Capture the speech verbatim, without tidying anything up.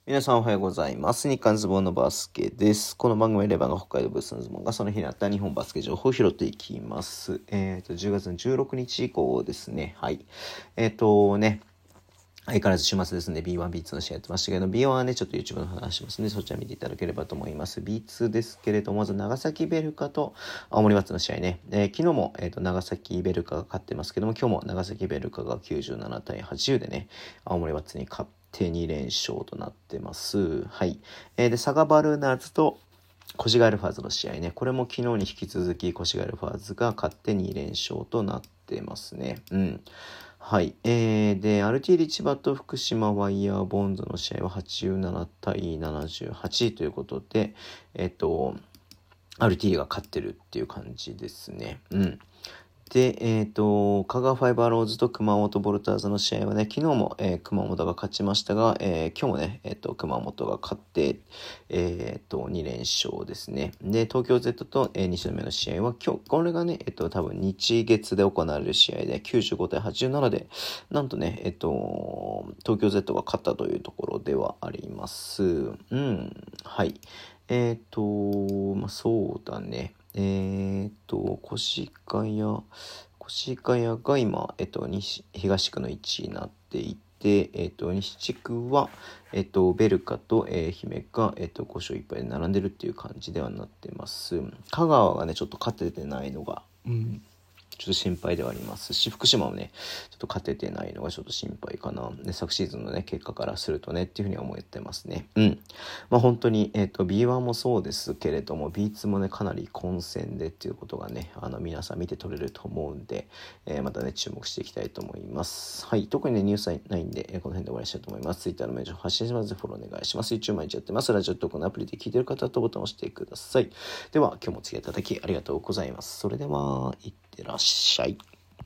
皆さんおはようございます。日刊ズボンのバスケです。この番組はレバーが北海道ブースのズボンがその日にあった日本バスケ情報を拾っていきます。えっ、ー、と、じゅうがつのじゅうろくにち以降ですね。はい。えっ、ー、とね、相変わらず週末ですね、ビーワン、ビーツー の試合やってましたけど、ビーワン はね、ちょっと YouTube の話しますので、そちら見ていただければと思います。ビーツー ですけれども、まず長崎ベルカと青森ワッツの試合ね。えー、昨日も、えーと、長崎ベルカが勝ってますけども、今日も長崎ベルカがきゅうじゅうななたいはちじゅうでね、青森ワッツに勝ってにれんしょうとなってます。はい。えー、で、サガバルーナーズと越谷アルファーズの試合ね。これも昨日に引き続き越谷アルファーズが勝ってにれんしょうとなってますね。うん。はい。えー、で、アルティーリ千葉と福島ワイヤーボンズの試合ははちじゅうななたいななじゅうはちということで、えっと、アルティーリが勝ってるっていう感じですね。うん。で、えっ、ー、と、香川ファイバーローズと熊本ボルターズの試合はね、昨日も、えー、熊本が勝ちましたが、えー、今日もね、えっ、ー、と、熊本が勝って、えっ、ー、と、にれんしょうですね。で、東京 Z と、えー、西宮の試合は今日、これがね、えっ、と、多分日月で行われる試合できゅうじゅうごたいはちじゅうななで、なんとね、えっ、と、東京 Z が勝ったというところではあります。うん、はい。えっ、と、まあ、そうだね。えっ、と、越谷、越谷が今、えっと、西、東区のいちいになっていて、えっと、西地区は、えっと、ベルカと、えー、姫が、えっと、ごしょういっぱいで並んでるっていう感じではなってます。香川がね、ちょっと勝ててないのが、うん、ちょっと心配ではありますし、福島もね、ちょっと勝ててないのがちょっと心配かな。で、昨シーズンのね、結果からするとね、っていうふうには思ってますね。うん。まあ本当に、えっと、ビーワン もそうですけれども、ビーツー もね、かなり混戦でっていうことがね、あの、皆さん見て取れると思うんで、えー、またね、注目していきたいと思います。はい。特にね、ニュースはないんで、えー、この辺で終わりにしたいと思います。Twitter のメールを発信しますので、フォローお願いします。YouTube 毎日やってます。ラジオトークのアプリで聞いてる方とボタンを押してください。では、今日もお付き合いいただきありがとうございます。それでは、いってらっしゃい。